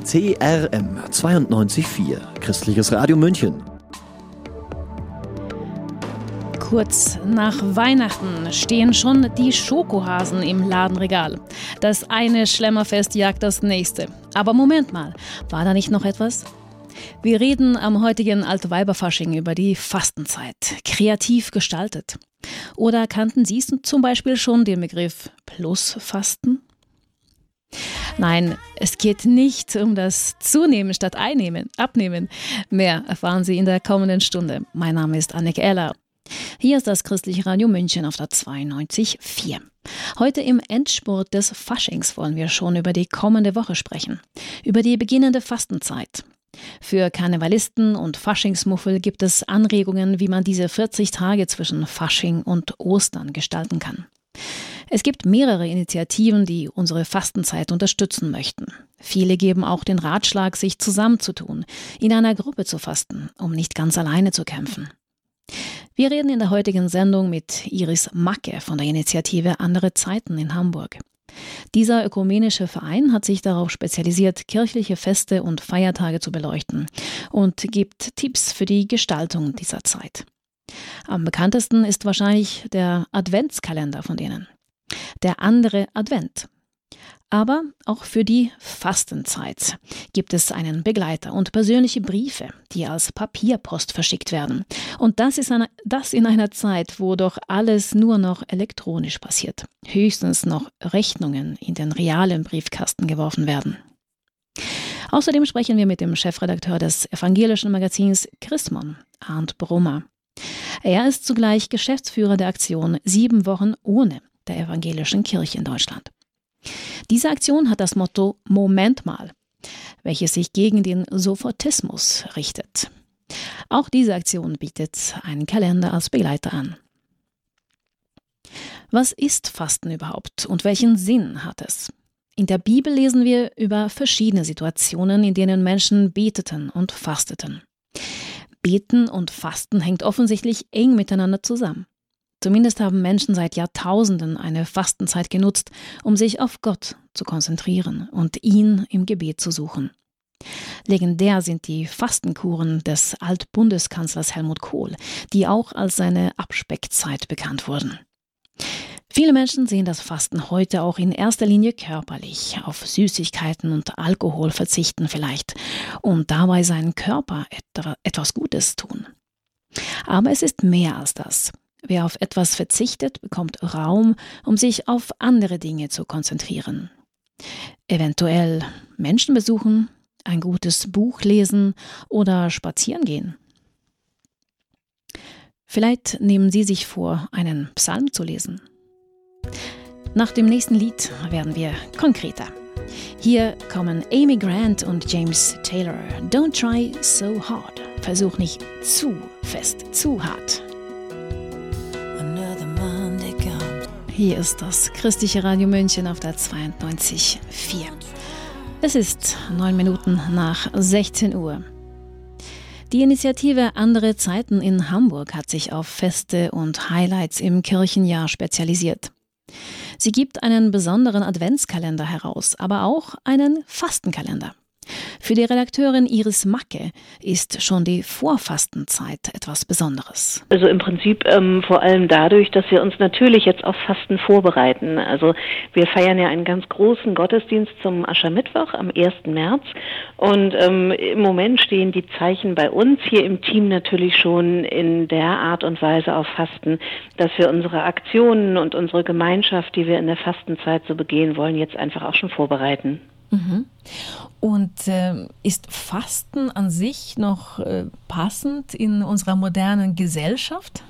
CRM 92.4, Christliches Radio München. Kurz nach Weihnachten stehen schon die Schokohasen im Ladenregal. Das eine Schlemmerfest jagt das nächste. Aber Moment mal, war da nicht noch etwas? Wir reden am heutigen Altweiberfasching über die Fastenzeit, kreativ gestaltet. Oder kannten Sie zum Beispiel schon den Begriff Plusfasten? Nein, es geht nicht um das Zunehmen statt Abnehmen. Mehr erfahren Sie in der kommenden Stunde. Mein Name ist Anneke Eller. Hier ist das Christliche Radio München auf der 92.4. Heute im Endspurt des Faschings wollen wir schon über die kommende Woche sprechen. Über die beginnende Fastenzeit. Für Karnevalisten und Faschingsmuffel gibt es Anregungen, wie man diese 40 Tage zwischen Fasching und Ostern gestalten kann. Es gibt mehrere Initiativen, die unsere Fastenzeit unterstützen möchten. Viele geben auch den Ratschlag, sich zusammenzutun, in einer Gruppe zu fasten, um nicht ganz alleine zu kämpfen. Wir reden in der heutigen Sendung mit Iris Macke von der Initiative Andere Zeiten in Hamburg. Dieser ökumenische Verein hat sich darauf spezialisiert, kirchliche Feste und Feiertage zu beleuchten und gibt Tipps für die Gestaltung dieser Zeit. Am bekanntesten ist wahrscheinlich der Adventskalender von denen. Der andere Advent. Aber auch für die Fastenzeit gibt es einen Begleiter und persönliche Briefe, die als Papierpost verschickt werden. Und das in einer Zeit, wo doch alles nur noch elektronisch passiert. Höchstens noch Rechnungen in den realen Briefkasten geworfen werden. Außerdem sprechen wir mit dem Chefredakteur des evangelischen Magazins Chrismon, Arndt Brummer. Er ist zugleich Geschäftsführer der Aktion 7 Wochen ohne der evangelischen Kirche in Deutschland. Diese Aktion hat das Motto Moment mal, welches sich gegen den Sofortismus richtet. Auch diese Aktion bietet einen Kalender als Begleiter an. Was ist Fasten überhaupt und welchen Sinn hat es? In der Bibel lesen wir über verschiedene Situationen, in denen Menschen beteten und fasteten. Beten und Fasten hängt offensichtlich eng miteinander zusammen. Zumindest haben Menschen seit Jahrtausenden eine Fastenzeit genutzt, um sich auf Gott zu konzentrieren und ihn im Gebet zu suchen. Legendär sind die Fastenkuren des Altbundeskanzlers Helmut Kohl, die auch als seine Abspeckzeit bekannt wurden. Viele Menschen sehen das Fasten heute auch in erster Linie körperlich, auf Süßigkeiten und Alkohol verzichten vielleicht und dabei seinen Körper etwas Gutes tun. Aber es ist mehr als das. Wer auf etwas verzichtet, bekommt Raum, um sich auf andere Dinge zu konzentrieren. Eventuell Menschen besuchen, ein gutes Buch lesen oder spazieren gehen. Vielleicht nehmen Sie sich vor, einen Psalm zu lesen. Nach dem nächsten Lied werden wir konkreter. Hier kommen Amy Grant und James Taylor. Don't try so hard. Versuch nicht zu fest, zu hart. Hier ist das Christliche Radio München auf der 92.4. Es ist 9 Minuten nach 16 Uhr. Die Initiative Andere Zeiten in Hamburg hat sich auf Feste und Highlights im Kirchenjahr spezialisiert. Sie gibt einen besonderen Adventskalender heraus, aber auch einen Fastenkalender. Für die Redakteurin Iris Macke ist schon die Vorfastenzeit etwas Besonderes. Also im Prinzip vor allem dadurch, dass wir uns natürlich jetzt auf Fasten vorbereiten. Also wir feiern ja einen ganz großen Gottesdienst zum Aschermittwoch am 1. März und im Moment stehen die Zeichen bei uns hier im Team natürlich schon in der Art und Weise auf Fasten, dass wir unsere Aktionen und unsere Gemeinschaft, die wir in der Fastenzeit so begehen wollen, jetzt einfach auch schon vorbereiten. Mhm. Und ist Fasten an sich noch passend in unserer modernen Gesellschaft?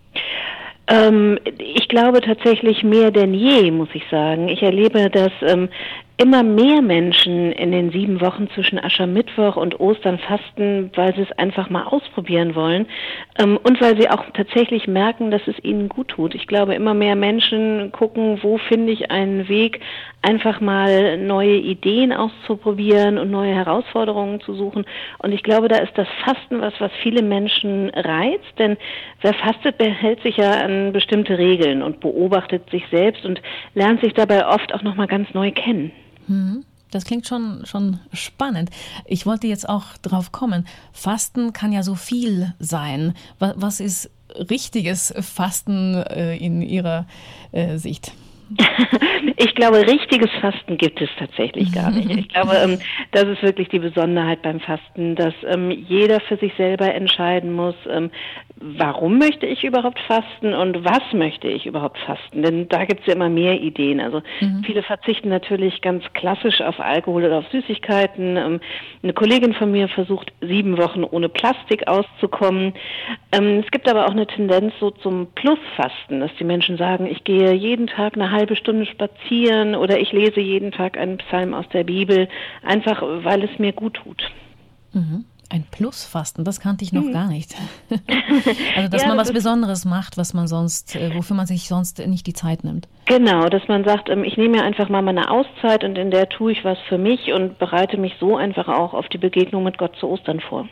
Ich glaube tatsächlich mehr denn je, muss ich sagen. Ich erlebe, dass immer mehr Menschen in den 7 Wochen zwischen Aschermittwoch und Ostern fasten, weil sie es einfach mal ausprobieren wollen und weil sie auch tatsächlich merken, dass es ihnen gut tut. Ich glaube, immer mehr Menschen gucken, wo finde ich einen Weg, einfach mal neue Ideen auszuprobieren und neue Herausforderungen zu suchen. Und ich glaube, da ist das Fasten was viele Menschen reizt, denn wer fastet, behält sich ja an bestimmte Regeln und beobachtet sich selbst und lernt sich dabei oft auch nochmal ganz neu kennen. Das klingt schon spannend. Ich wollte jetzt auch drauf kommen. Fasten kann ja so viel sein. Was ist richtiges Fasten in Ihrer Sicht? Ich glaube, richtiges Fasten gibt es tatsächlich gar nicht. Ich glaube, das ist wirklich die Besonderheit beim Fasten, dass jeder für sich selber entscheiden muss, warum möchte ich überhaupt fasten und was möchte ich überhaupt fasten? Denn da gibt es ja immer mehr Ideen. Also viele verzichten natürlich ganz klassisch auf Alkohol oder auf Süßigkeiten. Eine Kollegin von mir versucht 7 Wochen ohne Plastik auszukommen. Es gibt aber auch eine Tendenz so zum Plusfasten, dass die Menschen sagen, ich gehe jeden Tag eine halbe Stunde spazieren oder ich lese jeden Tag einen Psalm aus der Bibel, einfach weil es mir gut tut. Ein Plusfasten, das kannte ich noch gar nicht. Also, dass man was Besonderes macht, wofür man sich sonst nicht die Zeit nimmt. Genau, dass man sagt, ich nehme mir einfach mal meine Auszeit und in der tue ich was für mich und bereite mich so einfach auch auf die Begegnung mit Gott zu Ostern vor.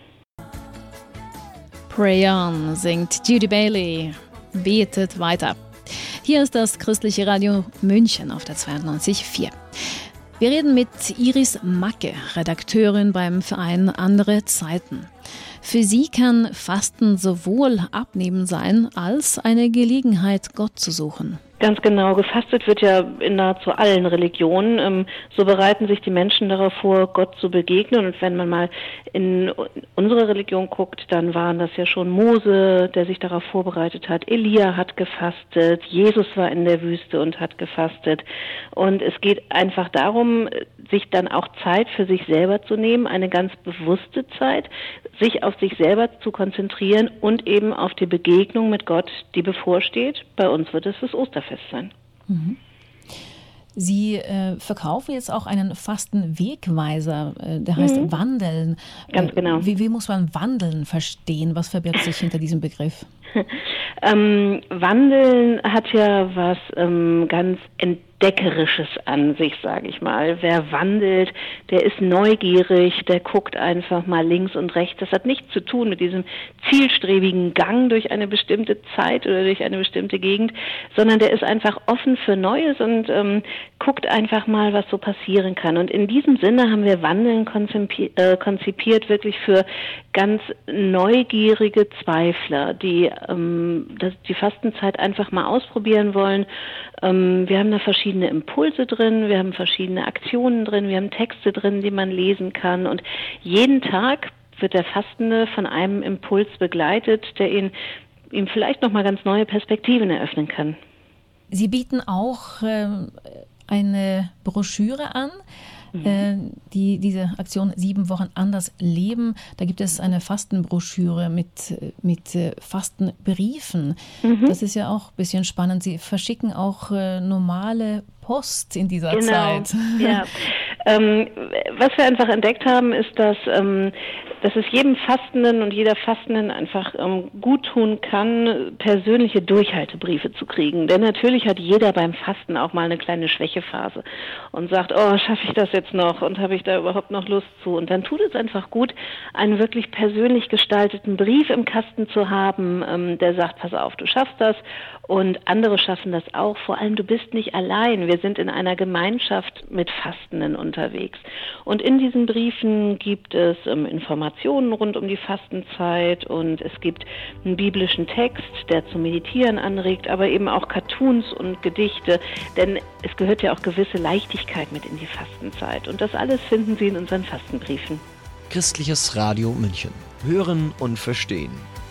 Pray on, singt Judy Bailey, betet weiter. Hier ist das Christliche Radio München auf der 92.4. Wir reden mit Iris Macke, Redakteurin beim Verein Andere Zeiten. Für sie kann Fasten sowohl Abnehmen sein, als eine Gelegenheit, Gott zu suchen. Ganz genau, gefastet wird ja in nahezu allen Religionen. So bereiten sich die Menschen darauf vor, Gott zu begegnen. Und wenn man mal in unsere Religion guckt, dann waren das ja schon Mose, der sich darauf vorbereitet hat. Elia hat gefastet, Jesus war in der Wüste und hat gefastet. Und es geht einfach darum, sich dann auch Zeit für sich selber zu nehmen, eine ganz bewusste Zeit, sich auf sich selber zu konzentrieren und eben auf die Begegnung mit Gott, die bevorsteht. Bei uns wird es das Osterfest sein. Sie verkaufen jetzt auch einen Fastenwegweiser, der heißt Wandeln. Ganz genau. Wie muss man Wandeln verstehen? Was verbirgt sich hinter diesem Begriff? Wandeln hat ja was ganz Entdeckerisches an sich, sage ich mal. Wer wandelt, der ist neugierig, der guckt einfach mal links und rechts. Das hat nichts zu tun mit diesem zielstrebigen Gang durch eine bestimmte Zeit oder durch eine bestimmte Gegend, sondern der ist einfach offen für Neues und guckt einfach mal, was so passieren kann. Und in diesem Sinne haben wir Wandeln konzipiert wirklich für ganz neugierige Zweifler, die die Fastenzeit einfach mal ausprobieren wollen. Wir haben da verschiedene Impulse drin, wir haben verschiedene Aktionen drin, wir haben Texte drin, die man lesen kann. Und jeden Tag wird der Fastende von einem Impuls begleitet, der ihm vielleicht nochmal ganz neue Perspektiven eröffnen kann. Sie bieten auch eine Broschüre an, diese Aktion 7 Wochen anders leben. Da gibt es eine Fastenbroschüre mit Fastenbriefen. Das ist ja auch ein bisschen spannend. Sie verschicken auch normale Post in dieser Zeit. Ja. Was wir einfach entdeckt haben, ist, dass es jedem Fastenden und jeder Fastenden einfach gut tun kann, persönliche Durchhaltebriefe zu kriegen. Denn natürlich hat jeder beim Fasten auch mal eine kleine Schwächephase und sagt, oh, schaffe ich das jetzt noch und habe ich da überhaupt noch Lust zu? Und dann tut es einfach gut, einen wirklich persönlich gestalteten Brief im Kasten zu haben, der sagt, pass auf, du schaffst das und andere schaffen das auch. Vor allem, du bist nicht allein. Wir sind in einer Gemeinschaft mit Fastenden unterwegs. Und in diesen Briefen gibt es Informationen rund um die Fastenzeit und es gibt einen biblischen Text, der zum Meditieren anregt, aber eben auch Cartoons und Gedichte, denn es gehört ja auch gewisse Leichtigkeit mit in die Fastenzeit. Und das alles finden Sie in unseren Fastenbriefen. Christliches Radio München. Hören und verstehen.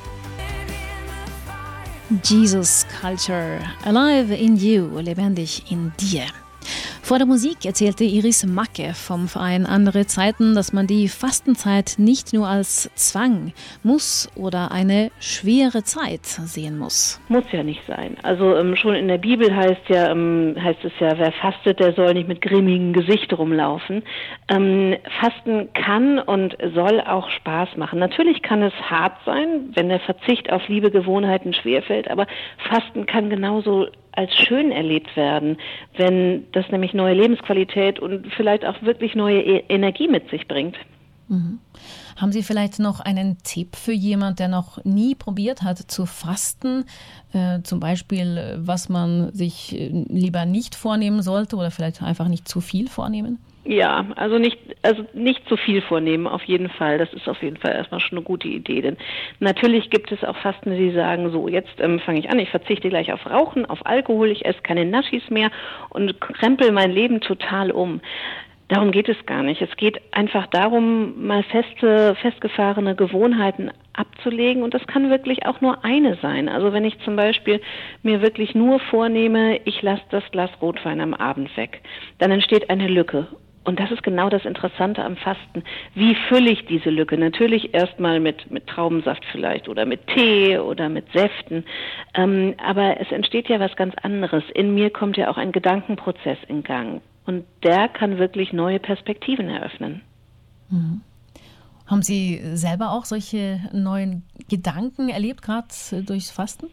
Jesus Culture, alive in you, lebendig in dir. Vor der Musik erzählte Iris Macke vom Verein Andere Zeiten, dass man die Fastenzeit nicht nur als Zwang muss oder eine schwere Zeit sehen muss. Muss ja nicht sein. Also schon in der Bibel heißt es ja, wer fastet, der soll nicht mit grimmigem Gesicht rumlaufen. Fasten kann und soll auch Spaß machen. Natürlich kann es hart sein, wenn der Verzicht auf liebe Gewohnheiten schwerfällt, aber Fasten kann genauso als schön erlebt werden, wenn das nämlich neue Lebensqualität und vielleicht auch wirklich neue Energie mit sich bringt. Mhm. Haben Sie vielleicht noch einen Tipp für jemand, der noch nie probiert hat zu fasten? Zum Beispiel, was man sich lieber nicht vornehmen sollte oder vielleicht einfach nicht zu viel vornehmen? Ja, also nicht zu viel vornehmen, auf jeden Fall. Das ist auf jeden Fall erstmal schon eine gute Idee. Denn natürlich gibt es auch Fasten, die sagen, so, jetzt fange ich an, ich verzichte gleich auf Rauchen, auf Alkohol, ich esse keine Naschis mehr und krempel mein Leben total um. Darum geht es gar nicht. Es geht einfach darum, mal festgefahrene Gewohnheiten abzulegen, und das kann wirklich auch nur eine sein. Also wenn ich zum Beispiel mir wirklich nur vornehme, ich lasse das Glas Rotwein am Abend weg, dann entsteht eine Lücke. Und das ist genau das Interessante am Fasten. Wie fülle ich diese Lücke? Natürlich erstmal mit Traubensaft vielleicht oder mit Tee oder mit Säften. Aber es entsteht ja was ganz anderes. In mir kommt ja auch ein Gedankenprozess in Gang. Und der kann wirklich neue Perspektiven eröffnen. Mhm. Haben Sie selber auch solche neuen Gedanken erlebt, gerade durchs Fasten?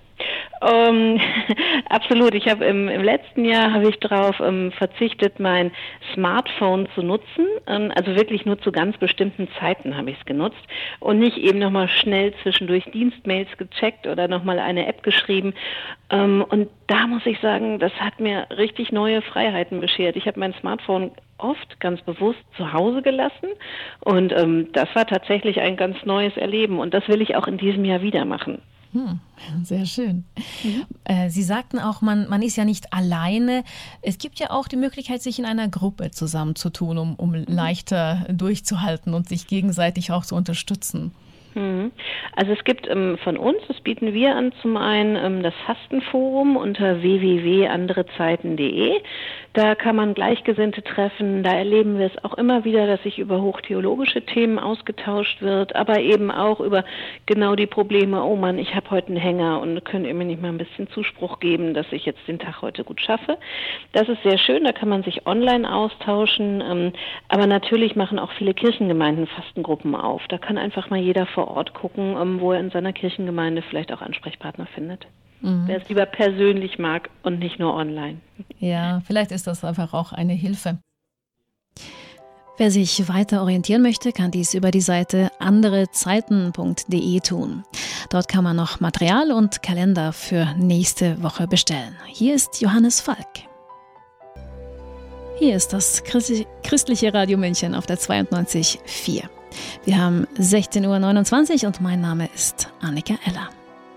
Absolut. Ich habe im letzten Jahr habe ich darauf verzichtet, mein Smartphone zu nutzen. Also wirklich nur zu ganz bestimmten Zeiten habe ich es genutzt und nicht eben nochmal schnell zwischendurch Dienstmails gecheckt oder nochmal eine App geschrieben. Und da muss ich sagen, das hat mir richtig neue Freiheiten beschert. Ich habe mein Smartphone oft ganz bewusst zu Hause gelassen und das war tatsächlich ein ganz neues Erleben, und das will ich auch in diesem Jahr wieder machen. Sehr schön. Mhm. Sie sagten auch, man ist ja nicht alleine. Es gibt ja auch die Möglichkeit, sich in einer Gruppe zusammenzutun, um leichter durchzuhalten und sich gegenseitig auch zu unterstützen. Also es gibt von uns, das bieten wir an, zum einen das Fastenforum unter www.anderezeiten.de. Da kann man Gleichgesinnte treffen. Da erleben wir es auch immer wieder, dass sich über hochtheologische Themen ausgetauscht wird, aber eben auch über genau die Probleme, oh Mann, ich habe heute einen Hänger und könnt ihr mir nicht mal ein bisschen Zuspruch geben, dass ich jetzt den Tag heute gut schaffe. Das ist sehr schön, da kann man sich online austauschen, aber natürlich machen auch viele Kirchengemeinden Fastengruppen auf. Da kann einfach mal jeder vor Ort gucken, wo er in seiner Kirchengemeinde vielleicht auch Ansprechpartner findet. Wer es lieber persönlich mag und nicht nur online. Ja, vielleicht ist das einfach auch eine Hilfe. Wer sich weiter orientieren möchte, kann dies über die Seite anderezeiten.de tun. Dort kann man noch Material und Kalender für nächste Woche bestellen. Hier ist Johannes Falk. Hier ist das christliche Radio München auf der 92.4. Wir haben 16.29 Uhr und mein Name ist Annika Eller.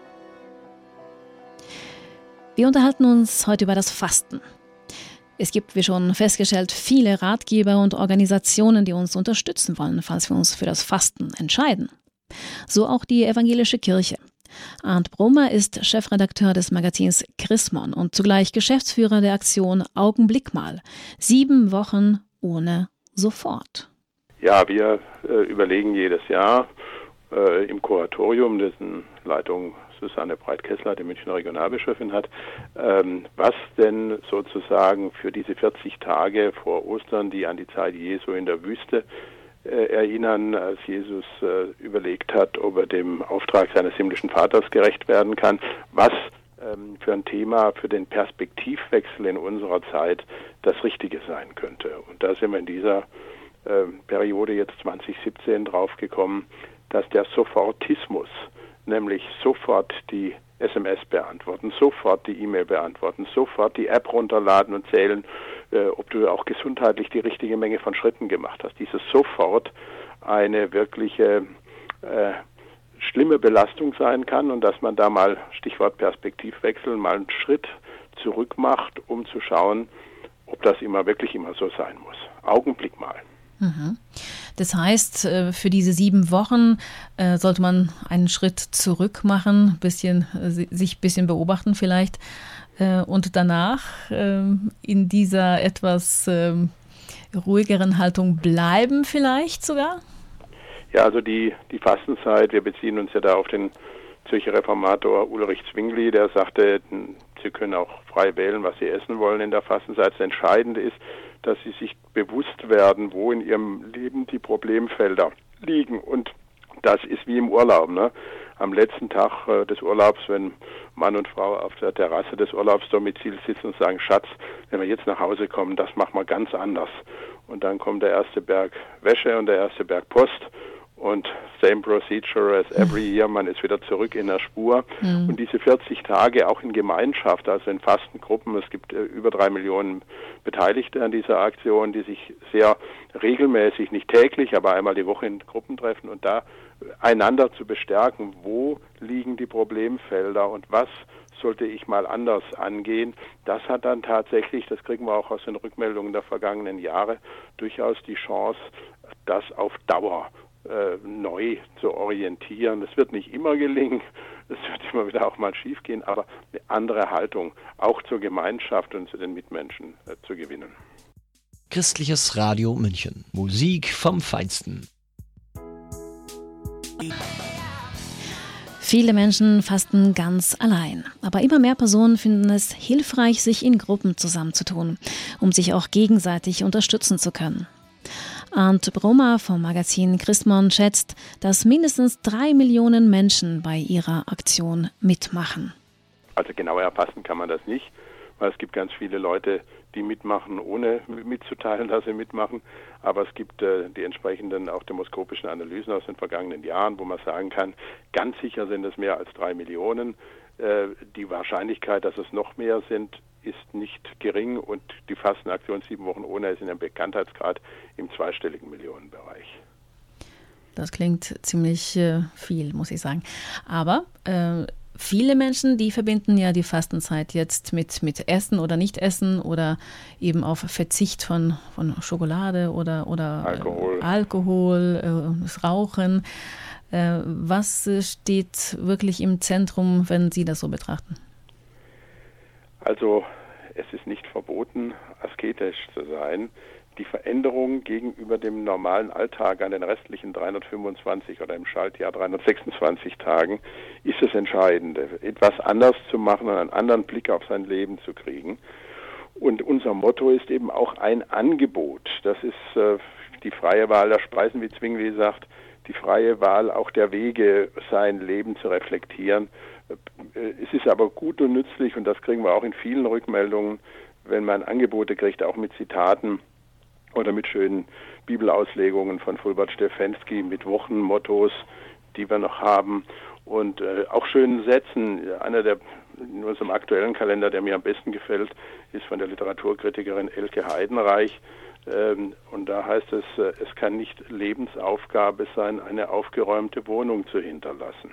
Wir unterhalten uns heute über das Fasten. Es gibt, wie schon festgestellt, viele Ratgeber und Organisationen, die uns unterstützen wollen, falls wir uns für das Fasten entscheiden. So auch die Evangelische Kirche. Arndt Brummer ist Chefredakteur des Magazins Chrismon und zugleich Geschäftsführer der Aktion Augenblick mal. 7 Wochen ohne sofort. Ja, wir überlegen jedes Jahr im Kuratorium, dessen Leitung Susanne Breit-Kessler, die Münchner Regionalbischöfin, hat, was denn sozusagen für diese 40 Tage vor Ostern, die an die Zeit Jesu in der Wüste erinnern, als Jesus überlegt hat, ob er dem Auftrag seines himmlischen Vaters gerecht werden kann, was für ein Thema für den Perspektivwechsel in unserer Zeit das Richtige sein könnte. Und da sind wir in dieser Periode jetzt 2017 draufgekommen, dass der Sofortismus, nämlich sofort die SMS beantworten, sofort die E-Mail beantworten, sofort die App runterladen und zählen, ob du auch gesundheitlich die richtige Menge von Schritten gemacht hast. Dieses sofort eine wirkliche schlimme Belastung sein kann und dass man da mal, Stichwort Perspektivwechsel, mal einen Schritt zurück macht, um zu schauen, ob das wirklich immer so sein muss. Augenblick mal. Das heißt, für diese 7 Wochen sollte man einen Schritt zurück machen, sich ein bisschen beobachten vielleicht und danach in dieser etwas ruhigeren Haltung bleiben vielleicht sogar? Ja, also die Fastenzeit, wir beziehen uns ja da auf den Zürcher Reformator Ulrich Zwingli, der sagte, Sie können auch frei wählen, was Sie essen wollen in der Fastenzeit. Das Entscheidende ist, dass Sie sich bewusst werden, wo in Ihrem Leben die Problemfelder liegen. Und das ist wie im Urlaub, ne? Am letzten Tag des Urlaubs, wenn Mann und Frau auf der Terrasse des Urlaubsdomizils sitzen und sagen, Schatz, wenn wir jetzt nach Hause kommen, das machen wir ganz anders. und dann kommt der erste Berg Wäsche und der erste Berg Post und same procedure as every year, man ist wieder zurück in der Spur. Und diese 40 Tage auch in Gemeinschaft, also in Fastengruppen, es gibt über 3 Millionen Beteiligte an dieser Aktion, die sich sehr regelmäßig, nicht täglich, aber einmal die Woche in Gruppen treffen und da einander zu bestärken, wo liegen die Problemfelder und was sollte ich mal anders angehen. Das hat dann tatsächlich, das kriegen wir auch aus den Rückmeldungen der vergangenen Jahre, durchaus die Chance, das auf Dauer neu zu orientieren. Es wird nicht immer gelingen, es wird immer wieder auch mal schief gehen, aber eine andere Haltung auch zur Gemeinschaft und zu den Mitmenschen zu gewinnen. Christliches Radio München. Musik vom Feinsten. Viele Menschen fasten ganz allein, aber immer mehr Personen finden es hilfreich, sich in Gruppen zusammenzutun, um sich auch gegenseitig unterstützen zu können. Arndt Brummer vom Magazin Chrismon schätzt, dass mindestens 3 Millionen Menschen bei ihrer Aktion mitmachen. Also genauer erfassen kann man das nicht, weil es gibt ganz viele Leute, die mitmachen, ohne mitzuteilen, dass sie mitmachen. Aber es gibt die entsprechenden auch demoskopischen Analysen aus den vergangenen Jahren, wo man sagen kann, ganz sicher sind es mehr als 3 Millionen. Die Wahrscheinlichkeit, dass es noch mehr sind, ist nicht gering und die Fastenaktion 7 Wochen ohne ist in einem Bekanntheitsgrad im zweistelligen Millionenbereich. Das klingt ziemlich viel, muss ich sagen. Aber viele Menschen, die verbinden ja die Fastenzeit jetzt mit Essen oder Nicht-Essen oder eben auf Verzicht von Schokolade oder Alkohol, das Rauchen. Was steht wirklich im Zentrum, wenn Sie das so betrachten? Also es ist nicht verboten, asketisch zu sein. Die Veränderung gegenüber dem normalen Alltag an den restlichen 325 oder im Schaltjahr 326 Tagen ist das Entscheidende. Etwas anders zu machen und einen anderen Blick auf sein Leben zu kriegen. Und unser Motto ist eben auch ein Angebot. Das ist die freie Wahl der Speisen, wie Zwingli sagt, die freie Wahl auch der Wege, sein Leben zu reflektieren. Es ist aber gut und nützlich, und das kriegen wir auch in vielen Rückmeldungen, wenn man Angebote kriegt, auch mit Zitaten oder mit schönen Bibelauslegungen von Fulbert Stefensky, mit Wochenmottos, die wir noch haben, und auch schönen Sätzen. Einer der in unserem aktuellen Kalender, der mir am besten gefällt, ist von der Literaturkritikerin Elke Heidenreich. Und da heißt es, es kann nicht Lebensaufgabe sein, eine aufgeräumte Wohnung zu hinterlassen.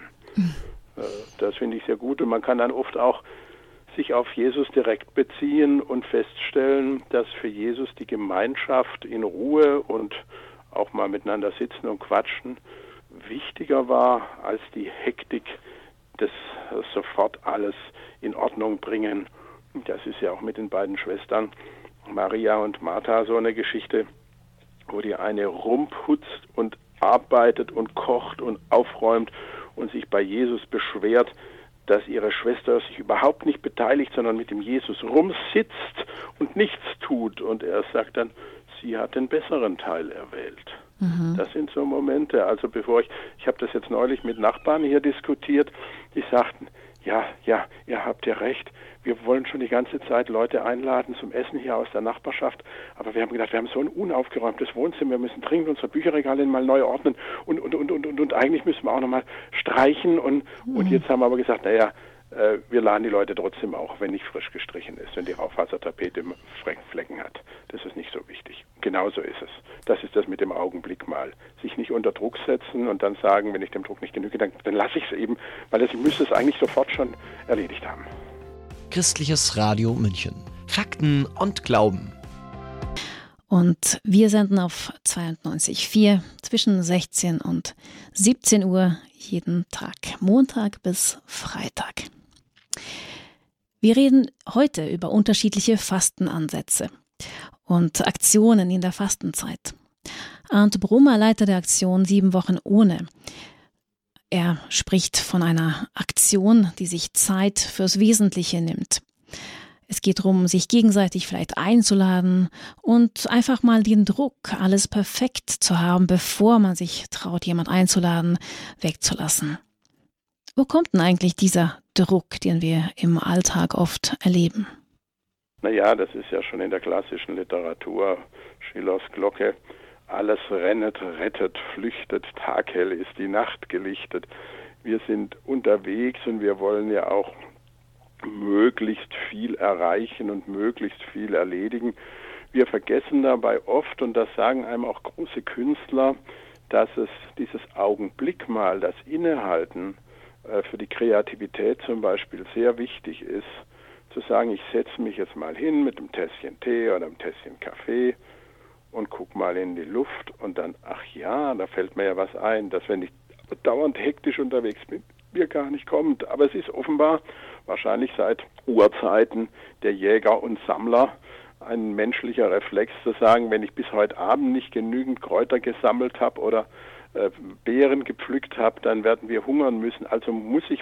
Das finde ich sehr gut, und man kann dann oft auch sich auf Jesus direkt beziehen und feststellen, dass für Jesus die Gemeinschaft in Ruhe und auch mal miteinander sitzen und quatschen wichtiger war als die Hektik des sofort alles in Ordnung bringen. Das ist ja auch mit den beiden Schwestern Maria und Martha so eine Geschichte, wo die eine rumputzt und arbeitet und kocht und aufräumt und sich bei Jesus beschwert, dass ihre Schwester sich überhaupt nicht beteiligt, sondern mit dem Jesus rumsitzt und nichts tut. Und er sagt dann, sie hat den besseren Teil erwählt. Das sind so Momente. Also ich habe das jetzt neulich mit Nachbarn hier diskutiert, die sagten, ja, ihr habt ja recht, wir wollen schon die ganze Zeit Leute einladen zum Essen hier aus der Nachbarschaft, aber wir haben gedacht, wir haben so ein unaufgeräumtes Wohnzimmer, wir müssen dringend unsere Bücherregale mal neu ordnen und eigentlich müssen wir auch nochmal streichen und jetzt haben wir aber gesagt, naja, wir laden die Leute trotzdem auch, wenn nicht frisch gestrichen ist, wenn die Raufasertapete Flecken hat. Das ist nicht so wichtig. Genauso ist es. Das ist das mit dem Augenblick mal. Sich nicht unter Druck setzen und dann sagen, wenn ich dem Druck nicht genüge, dann lasse ich es eben, weil ich müsste es eigentlich sofort schon erledigt haben. Christliches Radio München. Fakten und Glauben. Und wir senden auf 92,4 zwischen 16 und 17 Uhr jeden Tag, Montag bis Freitag. Wir reden heute über unterschiedliche Fastenansätze und Aktionen in der Fastenzeit. Arndt Brummer, Leiter der Aktion 7 Wochen ohne. Er spricht von einer Aktion, die sich Zeit fürs Wesentliche nimmt. Es geht darum, sich gegenseitig vielleicht einzuladen und einfach mal den Druck, alles perfekt zu haben, bevor man sich traut, jemand einzuladen, wegzulassen. Wo kommt denn eigentlich dieser Druck, den wir im Alltag oft erleben? Naja, das ist ja schon in der klassischen Literatur, Schillers Glocke. Alles rennet, rettet, flüchtet, taghell ist die Nacht gelichtet. Wir sind unterwegs und wir wollen ja auch möglichst viel erreichen und möglichst viel erledigen. Wir vergessen dabei oft, und das sagen einem auch große Künstler, dass es dieses Augenblickmal, das Innehalten für die Kreativität zum Beispiel sehr wichtig ist, zu sagen, ich setze mich jetzt mal hin mit einem Tässchen Tee oder einem Tässchen Kaffee und guck mal in die Luft und dann, ach ja, da fällt mir ja was ein, dass wenn ich dauernd hektisch unterwegs bin, mir gar nicht kommt. Aber es ist offenbar wahrscheinlich seit Urzeiten der Jäger und Sammler ein menschlicher Reflex zu sagen, wenn ich bis heute Abend nicht genügend Kräuter gesammelt habe oder Beeren gepflückt habe, dann werden wir hungern müssen. Also muss ich.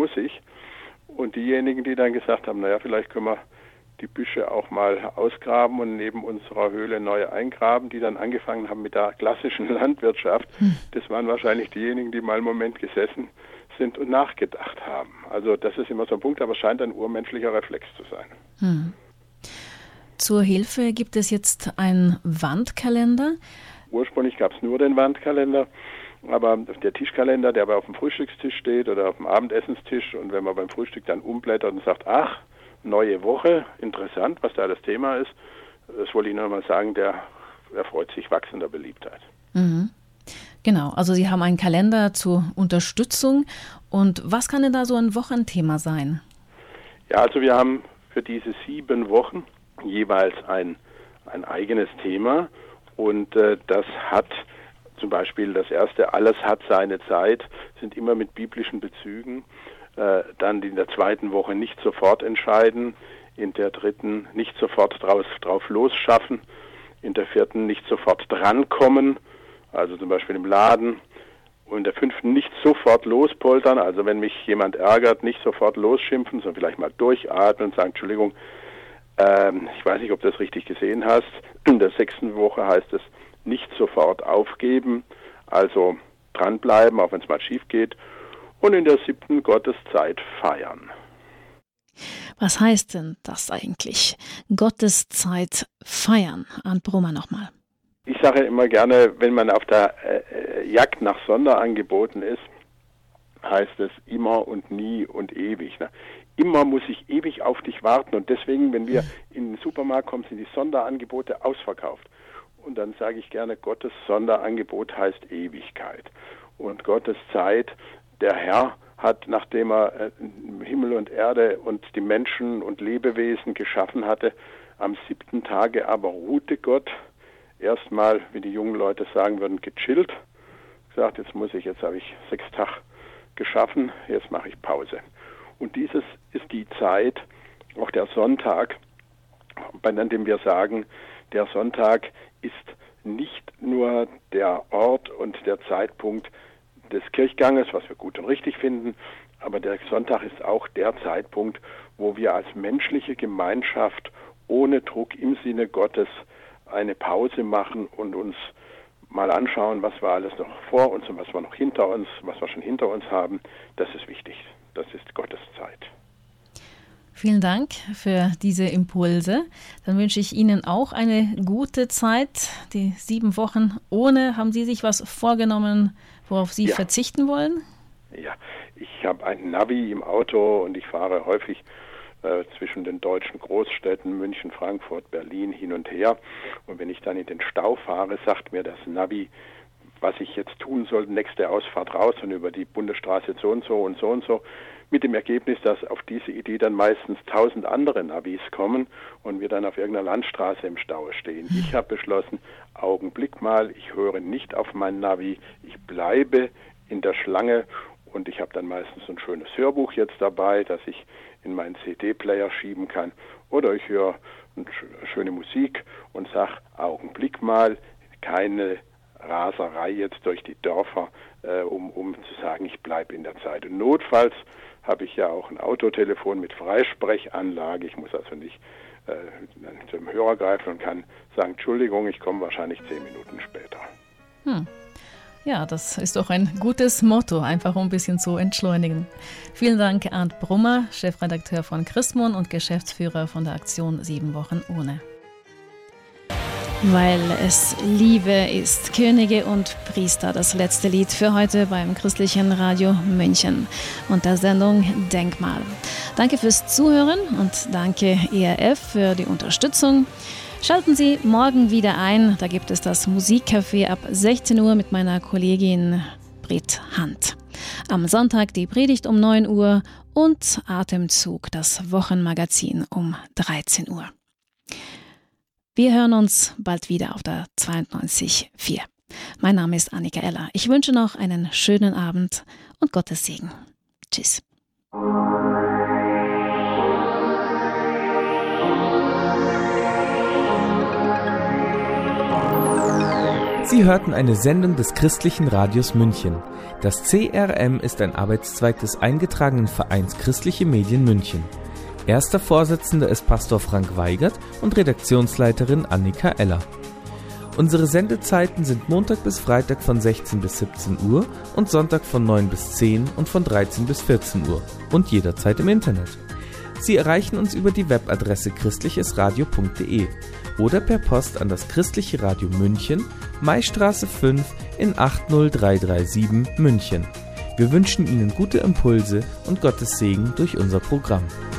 Und diejenigen, die dann gesagt haben, naja, vielleicht können wir die Büsche auch mal ausgraben und neben unserer Höhle neu eingraben, die dann angefangen haben mit der klassischen Landwirtschaft, das waren wahrscheinlich diejenigen, die mal einen Moment gesessen sind und nachgedacht haben. Also das ist immer so ein Punkt, aber es scheint ein urmenschlicher Reflex zu sein. Zur Hilfe gibt es jetzt einen Wandkalender. Ursprünglich gab es nur den Wandkalender, aber der Tischkalender, der aber auf dem Frühstückstisch steht oder auf dem Abendessenstisch, und wenn man beim Frühstück dann umblättert und sagt, ach, neue Woche, interessant, was da das Thema ist, das wollte ich noch mal sagen, der erfreut sich wachsender Beliebtheit. Mhm. Genau, also Sie haben einen Kalender zur Unterstützung. Und was kann denn da so ein Wochenthema sein? Ja, also wir haben für diese 7 Wochen jeweils ein eigenes Thema, und das hat zum Beispiel das erste, alles hat seine Zeit, sind immer mit biblischen Bezügen. Dann in der 2. Woche nicht sofort entscheiden, in der 3. nicht sofort drauf losschaffen, in der 4. nicht sofort drankommen, also zum Beispiel im Laden, und in der 5. nicht sofort lospoltern, also wenn mich jemand ärgert, nicht sofort losschimpfen, sondern vielleicht mal durchatmen und sagen, Entschuldigung, ich weiß nicht, ob du das richtig gesehen hast. In der 6. Woche heißt es, nicht sofort aufgeben, also dranbleiben, auch wenn es mal schief geht. Und in der 7. Gotteszeit feiern. Was heißt denn das eigentlich? Gotteszeit feiern. Arndt Brummer nochmal. Ich sage immer gerne, wenn man auf der Jagd nach Sonderangeboten ist, heißt es immer und nie und ewig. Ne? Immer muss ich ewig auf dich warten, und deswegen, wenn wir in den Supermarkt kommen, sind die Sonderangebote ausverkauft. Und dann sage ich gerne, Gottes Sonderangebot heißt Ewigkeit. Und Gottes Zeit, der Herr hat, nachdem er Himmel und Erde und die Menschen und Lebewesen geschaffen hatte, am 7. Tage aber ruhte Gott, erstmal, wie die jungen Leute sagen würden, gechillt, gesagt, jetzt habe ich 6 Tage geschaffen, jetzt mache ich Pause. Und dieses ist die Zeit, auch der Sonntag, an dem wir sagen, der Sonntag ist nicht nur der Ort und der Zeitpunkt des Kirchganges, was wir gut und richtig finden, aber der Sonntag ist auch der Zeitpunkt, wo wir als menschliche Gemeinschaft ohne Druck im Sinne Gottes eine Pause machen und uns mal anschauen, was war alles noch vor uns und was war noch hinter uns, was wir schon hinter uns haben. Das ist wichtig. Das ist Gottes Zeit. Vielen Dank für diese Impulse. Dann wünsche ich Ihnen auch eine gute Zeit. Die 7 Wochen ohne, haben Sie sich was vorgenommen, worauf Sie verzichten wollen? Ja, ich habe ein Navi im Auto und ich fahre häufig zwischen den deutschen Großstädten München, Frankfurt, Berlin hin und her. Und wenn ich dann in den Stau fahre, sagt mir das Navi, was ich jetzt tun soll, nächste Ausfahrt raus und über die Bundesstraße so und so und so und so. Mit dem Ergebnis, dass auf diese Idee dann meistens 1000 andere Navis kommen und wir dann auf irgendeiner Landstraße im Stau stehen. Ich habe beschlossen, Augenblick mal, ich höre nicht auf mein Navi, ich bleibe in der Schlange, und ich habe dann meistens ein schönes Hörbuch jetzt dabei, das ich in meinen CD-Player schieben kann, oder ich höre schöne Musik und sage, Augenblick mal, keine Raserei jetzt durch die Dörfer, um zu sagen, ich bleibe in der Zeit. Und notfalls habe ich ja auch ein Autotelefon mit Freisprechanlage. Ich muss also nicht zum Hörer greifen und kann sagen, Entschuldigung, ich komme wahrscheinlich 10 Minuten später. Ja, das ist doch ein gutes Motto, einfach um ein bisschen zu entschleunigen. Vielen Dank, Arndt Brummer, Chefredakteur von Chrismon und Geschäftsführer von der Aktion 7 Wochen ohne. Weil es Liebe ist, Könige und Priester, das letzte Lied für heute beim Christlichen Radio München und der Sendung Denkmal. Danke fürs Zuhören und danke ERF für die Unterstützung. Schalten Sie morgen wieder ein, da gibt es das Musikcafé ab 16 Uhr mit meiner Kollegin Britt Hand. Am Sonntag die Predigt um 9 Uhr und Atemzug, das Wochenmagazin um 13 Uhr. Wir hören uns bald wieder auf der 92.4. Mein Name ist Annika Eller. Ich wünsche noch einen schönen Abend und Gottes Segen. Tschüss. Sie hörten eine Sendung des Christlichen Radios München. Das CRM ist ein Arbeitszweig des eingetragenen Vereins Christliche Medien München. Erster Vorsitzender ist Pastor Frank Weigert und Redaktionsleiterin Annika Eller. Unsere Sendezeiten sind Montag bis Freitag von 16 bis 17 Uhr und Sonntag von 9 bis 10 und von 13 bis 14 Uhr und jederzeit im Internet. Sie erreichen uns über die Webadresse christlichesradio.de oder per Post an das Christliche Radio München, Maistraße 5 in 80337 München. Wir wünschen Ihnen gute Impulse und Gottes Segen durch unser Programm.